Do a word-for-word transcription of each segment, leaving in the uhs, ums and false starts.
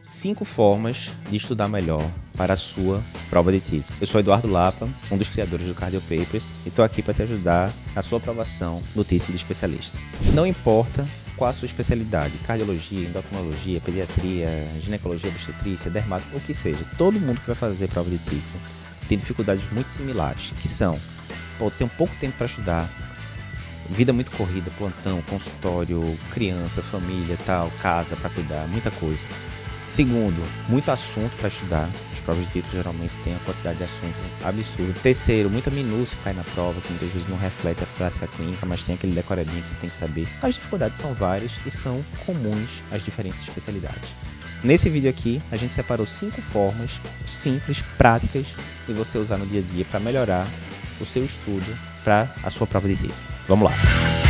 Cinco formas de estudar melhor para a sua prova de título. Eu sou Eduardo Lapa, um dos criadores do Cardio Papers, e estou aqui para te ajudar na sua aprovação no título de especialista. Não importa qual a sua especialidade, cardiologia, endocrinologia, pediatria, ginecologia, obstetrícia, dermato, o que seja, todo mundo que vai fazer prova de título tem dificuldades muito similares, que são, pô, tem um pouco tempo para estudar, vida muito corrida, plantão, consultório, criança, família, tal, casa para cuidar, muita coisa. Segundo, muito assunto para estudar. As provas de título geralmente têm uma quantidade de assunto absurda. Terceiro, muita minúcia cai na prova, que muitas vezes não reflete a prática clínica, mas tem aquele decoradinho que você tem que saber. As dificuldades são várias e são comuns às diferentes especialidades. Nesse vídeo aqui, a gente separou cinco formas simples, práticas, de você usar no dia a dia para melhorar o seu estudo para a sua prova de título. Vamos lá!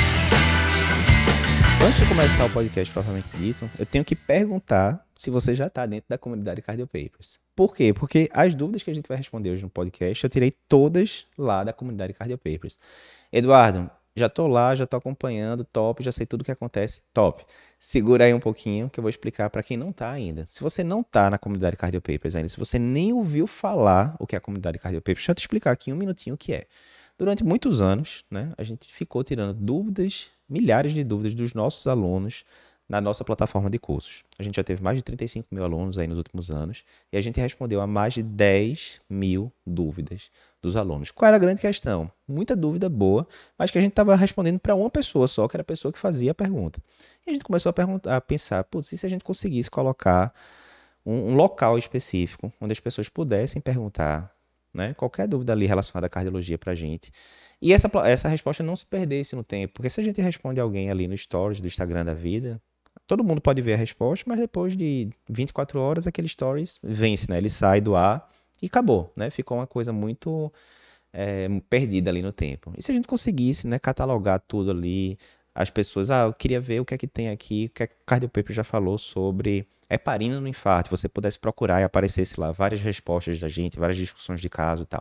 Antes de começar o podcast propriamente dito, eu tenho que perguntar se você já está dentro da comunidade Cardio Papers. Por quê? Porque as dúvidas que a gente vai responder hoje no podcast, eu tirei todas lá da comunidade Cardio Papers. Eduardo, já estou lá, já estou acompanhando, top, já sei tudo o que acontece, top. Segura aí um pouquinho que eu vou explicar para quem não está ainda. Se você não está na comunidade Cardio Papers ainda, se você nem ouviu falar o que é a comunidade Cardio Papers, deixa eu te explicar aqui um minutinho o que é. Durante muitos anos, né, a gente ficou tirando dúvidas, milhares de dúvidas dos nossos alunos na nossa plataforma de cursos. A gente já teve mais de trinta e cinco mil alunos aí nos últimos anos e a gente respondeu a mais de dez mil dúvidas dos alunos. Qual era a grande questão? Muita dúvida boa, mas que a gente estava respondendo para uma pessoa só, que era a pessoa que fazia a pergunta. E a gente começou a, perguntar, a pensar, putz, e se a gente conseguisse colocar um, um local específico onde as pessoas pudessem perguntar, né, qualquer dúvida ali relacionada à cardiologia para a gente. E essa, essa resposta não se perdesse no tempo, porque se a gente responde alguém ali no stories do Instagram da vida, todo mundo pode ver a resposta, mas depois de vinte e quatro horas aquele stories vence, né? Ele sai do ar e acabou, né? Ficou uma coisa muito é, perdida ali no tempo. E se a gente conseguisse, né, catalogar tudo ali, as pessoas, ah, eu queria ver o que é que tem aqui, o que é que o Cardio Paper já falou sobre heparina no infarto, você pudesse procurar e aparecesse lá várias respostas da gente, várias discussões de caso e tal.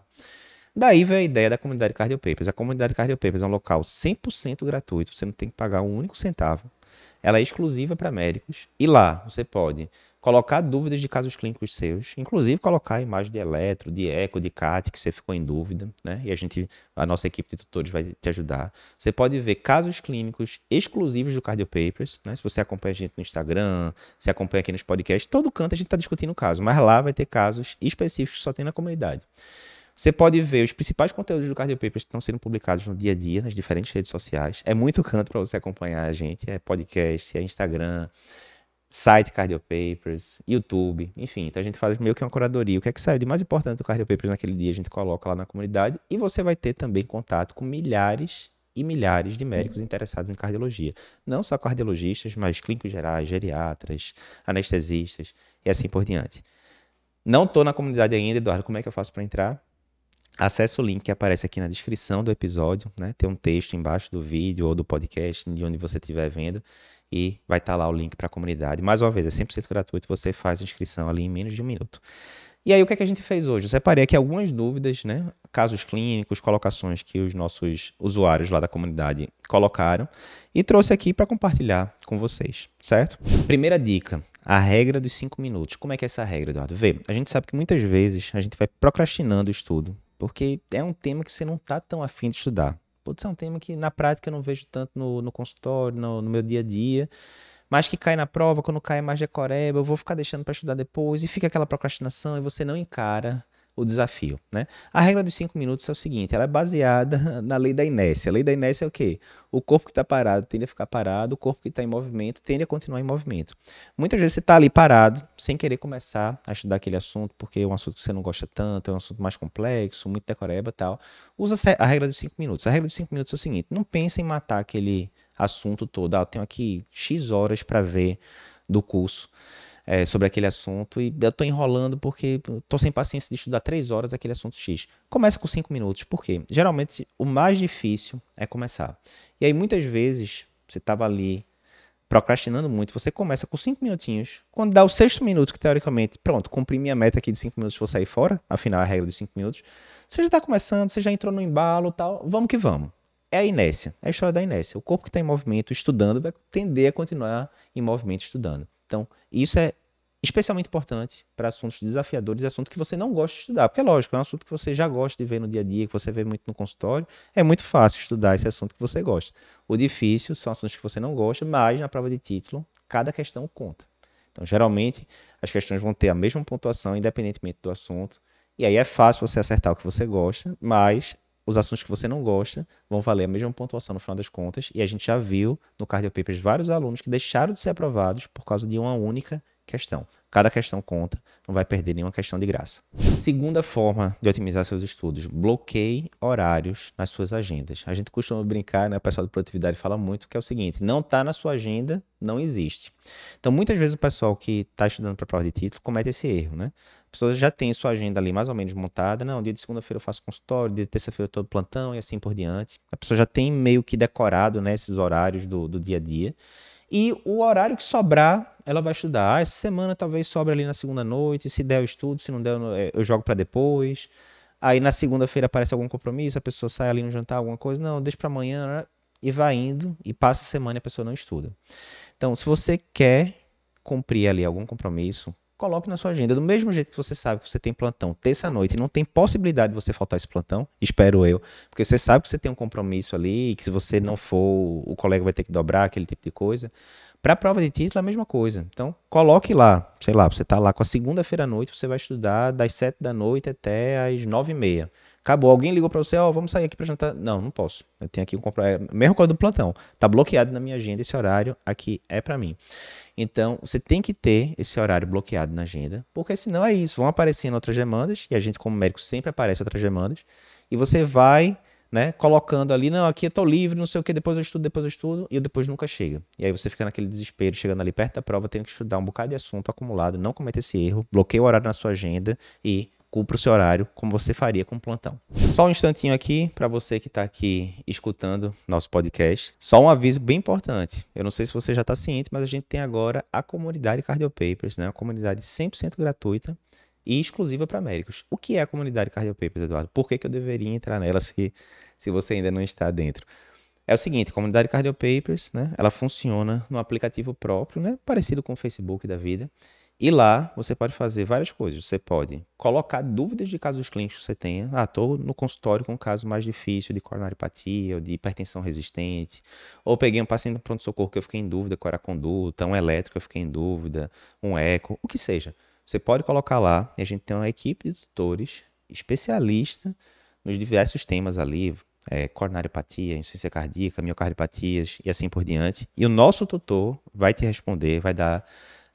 Daí veio a ideia da comunidade Cardio Papers. A comunidade Cardio Papers é um local cem por cento gratuito, você não tem que pagar um único centavo. Ela é exclusiva para médicos e lá você pode colocar dúvidas de casos clínicos seus, inclusive colocar imagem de eletro, de eco, de C A T, que você ficou em dúvida, né? E a gente, a nossa equipe de tutores vai te ajudar. Você pode ver casos clínicos exclusivos do Cardio Papers, né? Se você acompanha a gente no Instagram, se acompanha aqui nos podcasts, todo canto a gente está discutindo o caso, mas lá vai ter casos específicos que só tem na comunidade. Você pode ver os principais conteúdos do Cardio Papers que estão sendo publicados no dia a dia, nas diferentes redes sociais. É muito canto para você acompanhar a gente. É podcast, é Instagram, site Cardio Papers, YouTube, enfim. Então a gente faz meio que uma curadoria. O que é que saiu de mais importante do Cardio Papers naquele dia, a gente coloca lá na comunidade. E você vai ter também contato com milhares e milhares de médicos interessados em cardiologia. Não só cardiologistas, mas clínicos gerais, geriatras, anestesistas e assim por diante. Não estou na comunidade ainda, Eduardo. Como é que eu faço para entrar? Acesse o link que aparece aqui na descrição do episódio, né? Tem um texto embaixo do vídeo ou do podcast, de onde você estiver vendo, e vai estar lá o link para a comunidade. Mais uma vez, é cem por cento gratuito, você faz a inscrição ali em menos de um minuto. E aí, o que é que a gente fez hoje? Eu separei aqui algumas dúvidas, né? Casos clínicos, colocações que os nossos usuários lá da comunidade colocaram e trouxe aqui para compartilhar com vocês, certo? Primeira dica, a regra dos cinco minutos. Como é que é essa regra, Eduardo? Vê, a gente sabe que muitas vezes a gente vai procrastinando o estudo, porque é um tema que você não está tão afim de estudar. Pode ser um tema que na prática eu não vejo tanto no, no consultório, no, no meu dia a dia, mas que cai na prova, quando cai mais decoreba, eu vou ficar deixando para estudar depois e fica aquela procrastinação e você não encara o desafio, né? A regra dos cinco minutos é o seguinte, ela é baseada na lei da inércia. A lei da inércia é o quê? O corpo que está parado tende a ficar parado, o corpo que está em movimento tende a continuar em movimento. Muitas vezes você está ali parado, sem querer começar a estudar aquele assunto, porque é um assunto que você não gosta tanto, é um assunto mais complexo, muito decoreba e tal. Usa a regra dos cinco minutos. A regra dos cinco minutos é o seguinte, não pense em matar aquele assunto todo. Ah, eu tenho aqui X horas para ver do curso. É, sobre aquele assunto e eu estou enrolando porque estou sem paciência de estudar três horas aquele assunto X. Começa com cinco minutos, por quê? Geralmente o mais difícil é começar. E aí muitas vezes você estava ali procrastinando muito, você começa com cinco minutinhos, quando dá o sexto minuto, que teoricamente, pronto, cumpri minha meta aqui de cinco minutos, vou sair fora, afinal é a regra dos cinco minutos, você já está começando, você já entrou no embalo e tal, vamos que vamos. É a inércia, é a história da inércia. O corpo que está em movimento estudando vai tender a continuar em movimento estudando. Então, isso é especialmente importante para assuntos desafiadores e assuntos que você não gosta de estudar. Porque é lógico, é um assunto que você já gosta de ver no dia a dia, que você vê muito no consultório. É muito fácil estudar esse assunto que você gosta. O difícil são assuntos que você não gosta, mas na prova de título, cada questão conta. Então, geralmente, as questões vão ter a mesma pontuação, independentemente do assunto. E aí é fácil você acertar o que você gosta, mas os assuntos que você não gosta vão valer a mesma pontuação no final das contas. E a gente já viu no Cardio Papers vários alunos que deixaram de ser aprovados por causa de uma única questão. Cada questão conta, não vai perder nenhuma questão de graça. Segunda forma de otimizar seus estudos, bloqueie horários nas suas agendas. A gente costuma brincar, né? O pessoal de produtividade fala muito, que é o seguinte, não está na sua agenda, não existe. Então, muitas vezes o pessoal que está estudando para a prova de título comete esse erro, né? A pessoa já tem sua agenda ali mais ou menos montada, não, dia de segunda-feira eu faço consultório, dia de terça-feira eu estou plantão e assim por diante. A pessoa já tem meio que decorado, né, esses horários do, do dia a dia. E o horário que sobrar, ela vai estudar. Ah, essa semana talvez sobre ali na segunda noite, se der eu estudo, se não der eu jogo para depois. Aí na segunda-feira aparece algum compromisso, a pessoa sai ali no jantar, alguma coisa, não, deixa para amanhã, e vai indo, e passa a semana e a pessoa não estuda. Então, se você quer cumprir ali algum compromisso, coloque na sua agenda. Do mesmo jeito que você sabe que você tem plantão terça-noite e não tem possibilidade de você faltar esse plantão, espero eu, porque você sabe que você tem um compromisso ali e que se você não for, o colega vai ter que dobrar, aquele tipo de coisa. Para a prova de título é a mesma coisa. Então, coloque lá, sei lá, você está lá com a segunda-feira à noite, você vai estudar das sete da noite até as nove e meia. Acabou, alguém ligou para você, ó, oh, vamos sair aqui para jantar. Não, não posso. Eu tenho aqui um compromisso. Mesma coisa do plantão. Tá bloqueado na minha agenda esse horário, aqui é para mim. Então, você tem que ter esse horário bloqueado na agenda, porque senão é isso, vão aparecendo outras demandas, e a gente como médico sempre aparece outras demandas, e você vai, né, colocando ali, não, aqui eu tô livre, não sei o que, depois eu estudo, depois eu estudo, e depois nunca chega. E aí você fica naquele desespero, chegando ali perto da prova, tendo que estudar um bocado de assunto acumulado, não cometa esse erro, bloqueia o horário na sua agenda e cumpra o seu horário como você faria com o plantão. Só um instantinho aqui para você que está aqui escutando nosso podcast. Só um aviso bem importante. Eu não sei se você já está ciente, mas a gente tem agora a comunidade Cardio Papers, né? Uma comunidade cem por cento gratuita e exclusiva para médicos. O que é a comunidade Cardio Papers, Eduardo? Por que que eu deveria entrar nela se, se você ainda não está dentro? É o seguinte, a comunidade Cardio Papers, né? Ela funciona no aplicativo próprio, né? Parecido com o Facebook da vida. E lá você pode fazer várias coisas. Você pode colocar dúvidas de casos clínicos que você tenha. Ah, estou no consultório com um caso mais difícil de coronariopatia ou de hipertensão resistente. Ou peguei um paciente no pronto-socorro que eu fiquei em dúvida qual era a conduta, um elétrico eu fiquei em dúvida, um eco, o que seja. Você pode colocar lá e a gente tem uma equipe de tutores especialista nos diversos temas ali, é, coronariopatia, insuficiência cardíaca, miocardiopatias e assim por diante. E o nosso tutor vai te responder, vai dar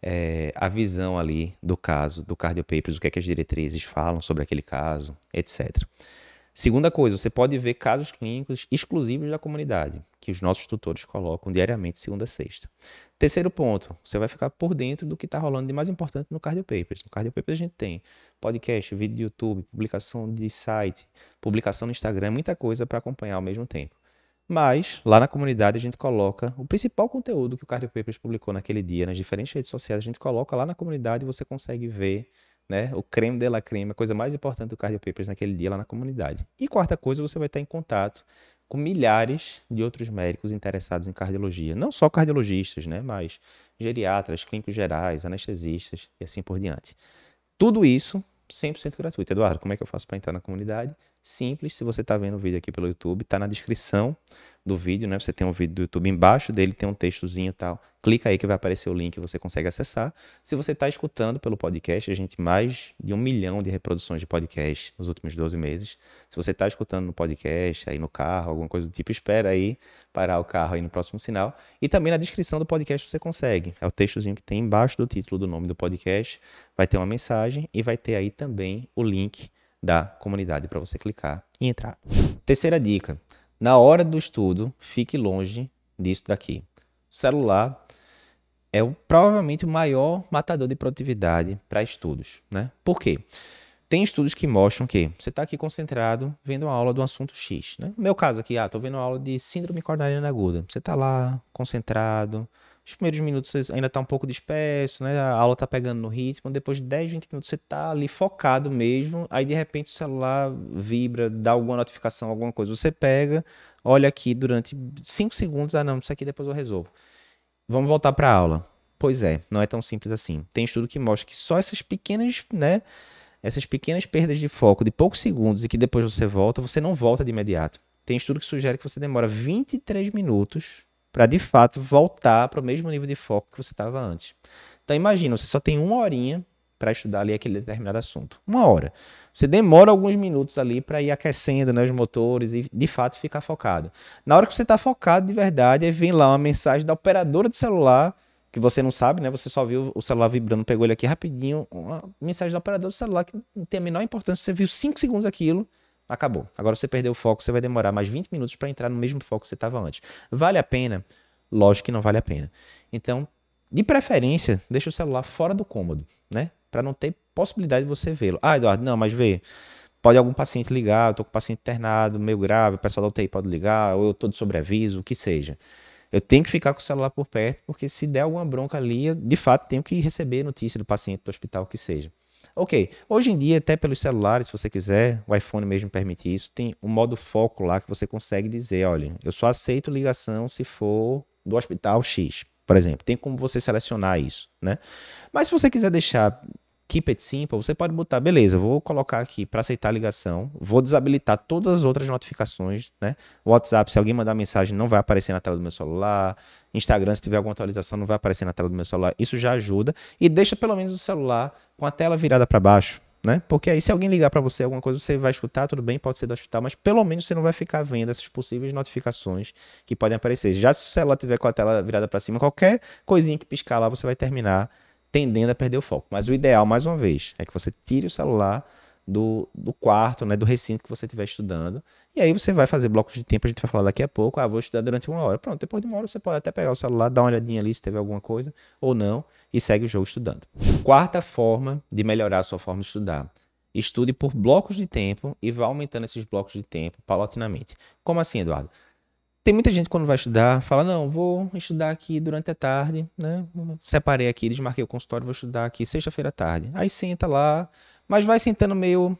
É, a visão ali do caso, do Cardio Papers, o que é que as diretrizes falam sobre aquele caso, etcétera. Segunda coisa, você pode ver casos clínicos exclusivos da comunidade, que os nossos tutores colocam diariamente, segunda a sexta. Terceiro ponto, você vai ficar por dentro do que está rolando de mais importante no Cardio Papers. No Cardio Papers a gente tem podcast, vídeo do YouTube, publicação de site, publicação no Instagram, muita coisa para acompanhar ao mesmo tempo. Mas, lá na comunidade, a gente coloca o principal conteúdo que o Cardio Papers publicou naquele dia, nas diferentes redes sociais, a gente coloca lá na comunidade e você consegue ver, né, o creme de la creme, a coisa mais importante do Cardio Papers naquele dia lá na comunidade. E quarta coisa, você vai estar em contato com milhares de outros médicos interessados em cardiologia. Não só cardiologistas, né, mas geriatras, clínicos gerais, anestesistas e assim por diante. Tudo isso cem por cento gratuito. Eduardo, como é que eu faço para entrar na comunidade? Simples, se você está vendo o vídeo aqui pelo YouTube, está na descrição do vídeo, né? Você tem um vídeo do YouTube, embaixo dele tem um textozinho e tal. Clica aí que vai aparecer o link e você consegue acessar. Se você está escutando pelo podcast, a gente mais de um milhão de reproduções de podcast nos últimos doze meses. Se você está escutando no podcast, aí no carro, alguma coisa do tipo, espera aí parar o carro aí no próximo sinal. E também na descrição do podcast você consegue. É o textozinho que tem embaixo do título do nome do podcast. Vai ter uma mensagem e vai ter aí também o link da comunidade para você clicar e entrar. Terceira dica, na hora do estudo, fique longe disso daqui. O celular é o, provavelmente o maior matador de produtividade para estudos, né? Por quê? Tem estudos que mostram que você está aqui concentrado vendo uma aula de um assunto X, né? No meu caso aqui, ah, estou vendo uma aula de síndrome coronariana aguda. Você está lá, concentrado. Os primeiros minutos você ainda está um pouco disperso, né? A aula está pegando no ritmo. Depois de dez, vinte minutos você está ali focado mesmo. Aí de repente o celular vibra, dá alguma notificação, alguma coisa. Você pega, olha aqui durante cinco segundos. Ah, não, isso aqui depois eu resolvo. Vamos voltar para a aula. Pois é, não é tão simples assim. Tem estudo que mostra que só essas pequenas, né, essas pequenas perdas de foco de poucos segundos e que depois você volta, você não volta de imediato. Tem estudo que sugere que você demora vinte e três minutos para de fato voltar para o mesmo nível de foco que você estava antes. Então imagina, você só tem uma horinha para estudar ali aquele determinado assunto. Uma hora. Você demora alguns minutos ali para ir aquecendo, né, os motores e de fato ficar focado. Na hora que você está focado de verdade, aí vem lá uma mensagem da operadora de celular que você não sabe, né? Você só viu o celular vibrando, pegou ele aqui rapidinho, uma mensagem do operador do celular que não tem a menor importância, você viu cinco segundos aquilo, acabou. Agora você perdeu o foco, você vai demorar mais vinte minutos para entrar no mesmo foco que você estava antes. Vale a pena? Lógico que não vale a pena. Então, de preferência, deixa o celular fora do cômodo, né? Para não ter possibilidade de você vê-lo. Ah, Eduardo, não, mas vê, pode algum paciente ligar, eu tô com o paciente internado, meio grave, o pessoal da U T I pode ligar, ou eu tô de sobreaviso, o que seja. Eu tenho que ficar com o celular por perto, porque se der alguma bronca ali, eu, de fato, tenho que receber notícia do paciente do hospital, o que seja. Ok, hoje em dia, até pelos celulares, se você quiser, o iPhone mesmo permite isso, tem um modo foco lá que você consegue dizer, olha, eu só aceito ligação se for do hospital X, por exemplo. Tem como você selecionar isso, né? Mas se você quiser deixar keep it simple, você pode botar, beleza, vou colocar aqui para aceitar a ligação, vou desabilitar todas as outras notificações, né? WhatsApp, se alguém mandar mensagem, não vai aparecer na tela do meu celular. Instagram, se tiver alguma atualização, não vai aparecer na tela do meu celular. Isso já ajuda. E deixa pelo menos o celular com a tela virada para baixo, né? Porque aí se alguém ligar para você alguma coisa, você vai escutar, tudo bem, pode ser do hospital, mas pelo menos você não vai ficar vendo essas possíveis notificações que podem aparecer. Já se o celular tiver com a tela virada para cima, qualquer coisinha que piscar lá, você vai terminar tendendo a perder o foco. Mas o ideal, mais uma vez, é que você tire o celular do, do quarto, né, do recinto que você estiver estudando, e aí você vai fazer blocos de tempo, a gente vai falar daqui a pouco, ah, vou estudar durante uma hora. Pronto, depois de uma hora você pode até pegar o celular, dar uma olhadinha ali se teve alguma coisa, ou não, e segue o jogo estudando. Quarta forma de melhorar a sua forma de estudar. Estude por blocos de tempo e vá aumentando esses blocos de tempo paulatinamente. Como assim, Eduardo? Tem muita gente quando vai estudar, fala, não, vou estudar aqui durante a tarde, né? Separei aqui, desmarquei o consultório, vou estudar aqui sexta-feira à tarde. Aí senta lá, mas vai sentando meio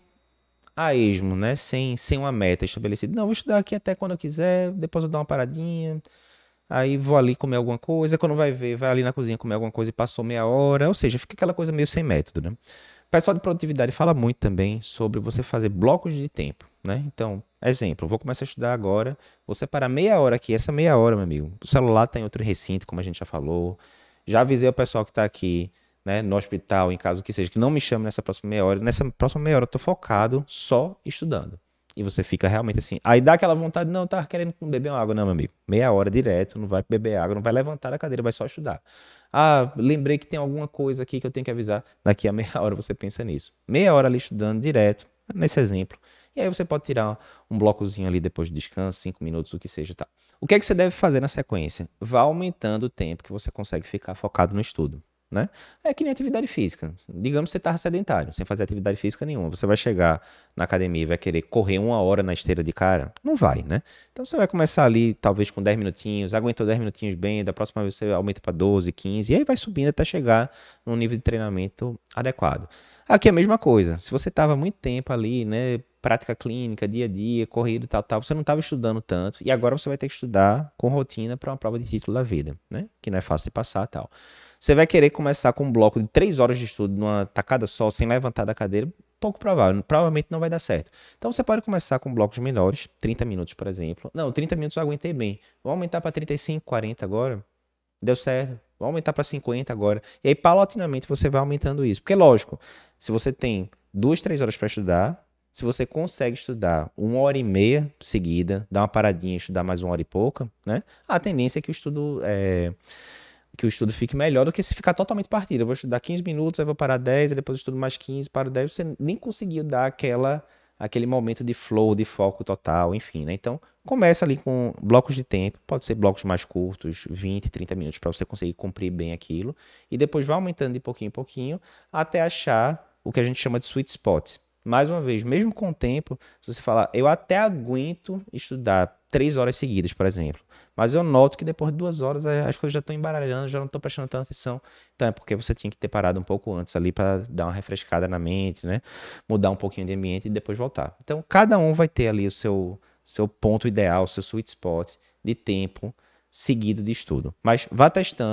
a esmo, né? Sem, sem uma meta estabelecida. Não, vou estudar aqui até quando eu quiser, depois eu dou uma paradinha, aí vou ali comer alguma coisa, quando vai ver, vai ali na cozinha comer alguma coisa e passou meia hora, ou seja, fica aquela coisa meio sem método, né? O pessoal de produtividade fala muito também sobre você fazer blocos de tempo, né? Então, exemplo, vou começar a estudar agora, vou separar meia hora aqui, essa meia hora, meu amigo. O celular está em outro recinto, como a gente já falou. Já avisei o pessoal que está aqui, né, no hospital, em caso que seja, que não me chame nessa próxima meia hora. Nessa próxima meia hora eu tô focado só estudando. E você fica realmente assim. Aí dá aquela vontade, não, tá querendo beber uma água, não, meu amigo. Meia hora direto, não vai beber água, não vai levantar da cadeira, vai só estudar. Ah, lembrei que tem alguma coisa aqui que eu tenho que avisar. Daqui a meia hora você pensa nisso. Meia hora ali estudando direto, nesse exemplo. E aí você pode tirar um blocozinho ali depois do descanso, cinco minutos, o que seja, tá? O que é que você deve fazer na sequência? Vá aumentando o tempo que você consegue ficar focado no estudo, né? É que nem atividade física. Digamos que você está sedentário, sem fazer atividade física nenhuma. Você vai chegar na academia e vai querer correr uma hora na esteira de cara? Não vai, né? Então você vai começar ali, talvez com dez minutinhos, aguentou dez minutinhos bem, da próxima vez você aumenta para doze, quinze, e aí vai subindo até chegar num nível de treinamento adequado. Aqui é a mesma coisa. Se você estava muito tempo ali, né, prática clínica, dia a dia, corrida e tal, tal, você não estava estudando tanto, e agora você vai ter que estudar com rotina para uma prova de título da vida, né? Que não é fácil de passar e tal. Você vai querer começar com um bloco de três horas de estudo numa tacada só, sem levantar da cadeira? Pouco provável, provavelmente não vai dar certo. Então você pode começar com blocos menores, trinta minutos, por exemplo. Não, trinta minutos eu aguentei bem. Vou aumentar para trinta e cinco, quarenta agora. Deu certo. Vou aumentar para cinquenta agora. E aí, paulatinamente, você vai aumentando isso. Porque, lógico, se você tem duas, três horas para estudar, se você consegue estudar uma hora e meia seguida, dar uma paradinha e estudar mais uma hora e pouca, né? A tendência é que o estudo, é, que o estudo fique melhor do que se ficar totalmente partido. Eu vou estudar quinze minutos, aí vou parar dez, aí depois eu estudo mais quinze, paro dez. Você nem conseguiu dar aquela, aquele momento de flow, de foco total, enfim, né? Então, começa ali com blocos de tempo, pode ser blocos mais curtos, vinte, trinta minutos, para você conseguir cumprir bem aquilo, e depois vai aumentando de pouquinho em pouquinho, até achar o que a gente chama de sweet spot. Mais uma vez, mesmo com o tempo, se você falar, eu até aguento estudar três horas seguidas, por exemplo, mas eu noto que depois de duas horas as coisas já estão embaralhando, já não estou prestando tanta atenção. Então é porque você tinha que ter parado um pouco antes ali para dar uma refrescada na mente, né? Mudar um pouquinho de ambiente e depois voltar. Então cada um vai ter ali o seu, seu ponto ideal, seu sweet spot de tempo seguido de estudo. Mas vá testando,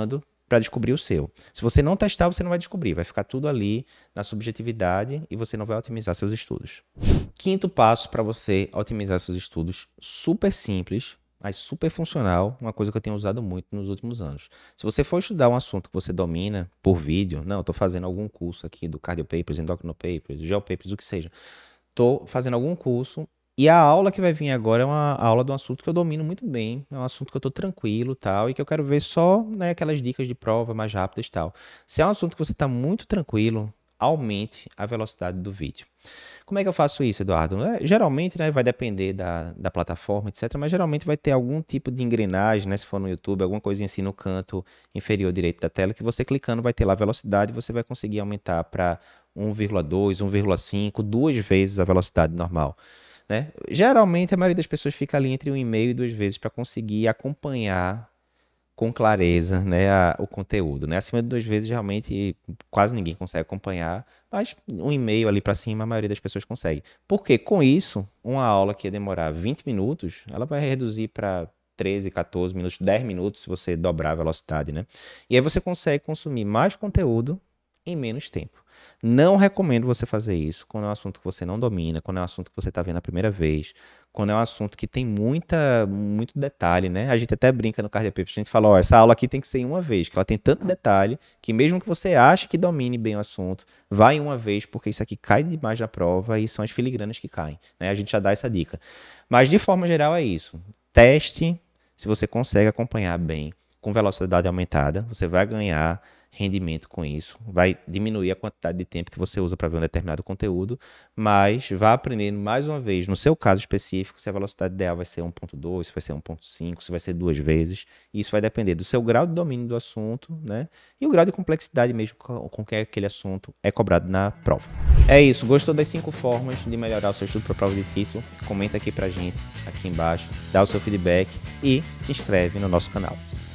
para descobrir o seu. Se você não testar, você não vai descobrir. Vai ficar tudo ali na subjetividade e você não vai otimizar seus estudos. Quinto passo para você otimizar seus estudos, super simples, mas super funcional, uma coisa que eu tenho usado muito nos últimos anos. Se você for estudar um assunto que você domina por vídeo, não, estou fazendo algum curso aqui do Cardio Papers, Endocrino Papers, Geo Papers, o que seja. Estou fazendo algum curso e a aula que vai vir agora é uma aula de um assunto que eu domino muito bem, é um assunto que eu estou tranquilo tal, e que eu quero ver só, né, aquelas dicas de prova mais rápidas e tal. Se é um assunto que você está muito tranquilo, aumente a velocidade do vídeo. Como é que eu faço isso, Eduardo? É, geralmente, né, vai depender da, da plataforma, etcétera, mas geralmente vai ter algum tipo de engrenagem, né, se for no YouTube, alguma coisinha assim no canto inferior direito da tela, que você clicando vai ter lá a velocidade e você vai conseguir aumentar para um vírgula dois, um vírgula cinco, duas vezes a velocidade normal. Né? Geralmente, a maioria das pessoas fica ali entre um e meio e duas vezes para conseguir acompanhar com clareza, né, a, o conteúdo, né? Acima de duas vezes, realmente, quase ninguém consegue acompanhar, mas um e-mail ali para cima, a maioria das pessoas consegue. Porque com isso, uma aula que ia demorar vinte minutos, ela vai reduzir para treze, quatorze minutos, dez minutos, se você dobrar a velocidade, né? E aí você consegue consumir mais conteúdo em menos tempo. Não recomendo você fazer isso quando é um assunto que você não domina, quando é um assunto que você está vendo a primeira vez, quando é um assunto que tem muita, muito detalhe, né? A gente até brinca no Cardio Papers, a gente fala, ó, essa aula aqui tem que ser em uma vez, que ela tem tanto detalhe que mesmo que você ache que domine bem o assunto, vai em uma vez, porque isso aqui cai demais na prova e são as filigranas que caem, né? A gente já dá essa dica. Mas de forma geral é isso. Teste se você consegue acompanhar bem com velocidade aumentada, você vai ganhar rendimento com isso, vai diminuir a quantidade de tempo que você usa para ver um determinado conteúdo, mas vá aprendendo mais uma vez, no seu caso específico, se a velocidade ideal vai ser um ponto dois, se vai ser um ponto cinco, se vai ser duas vezes, isso vai depender do seu grau de domínio do assunto, né? E o grau de complexidade mesmo com que aquele assunto é cobrado na prova. É isso, gostou das cinco formas de melhorar o seu estudo para a prova de título? Comenta aqui pra gente, aqui embaixo, dá o seu feedback e se inscreve no nosso canal.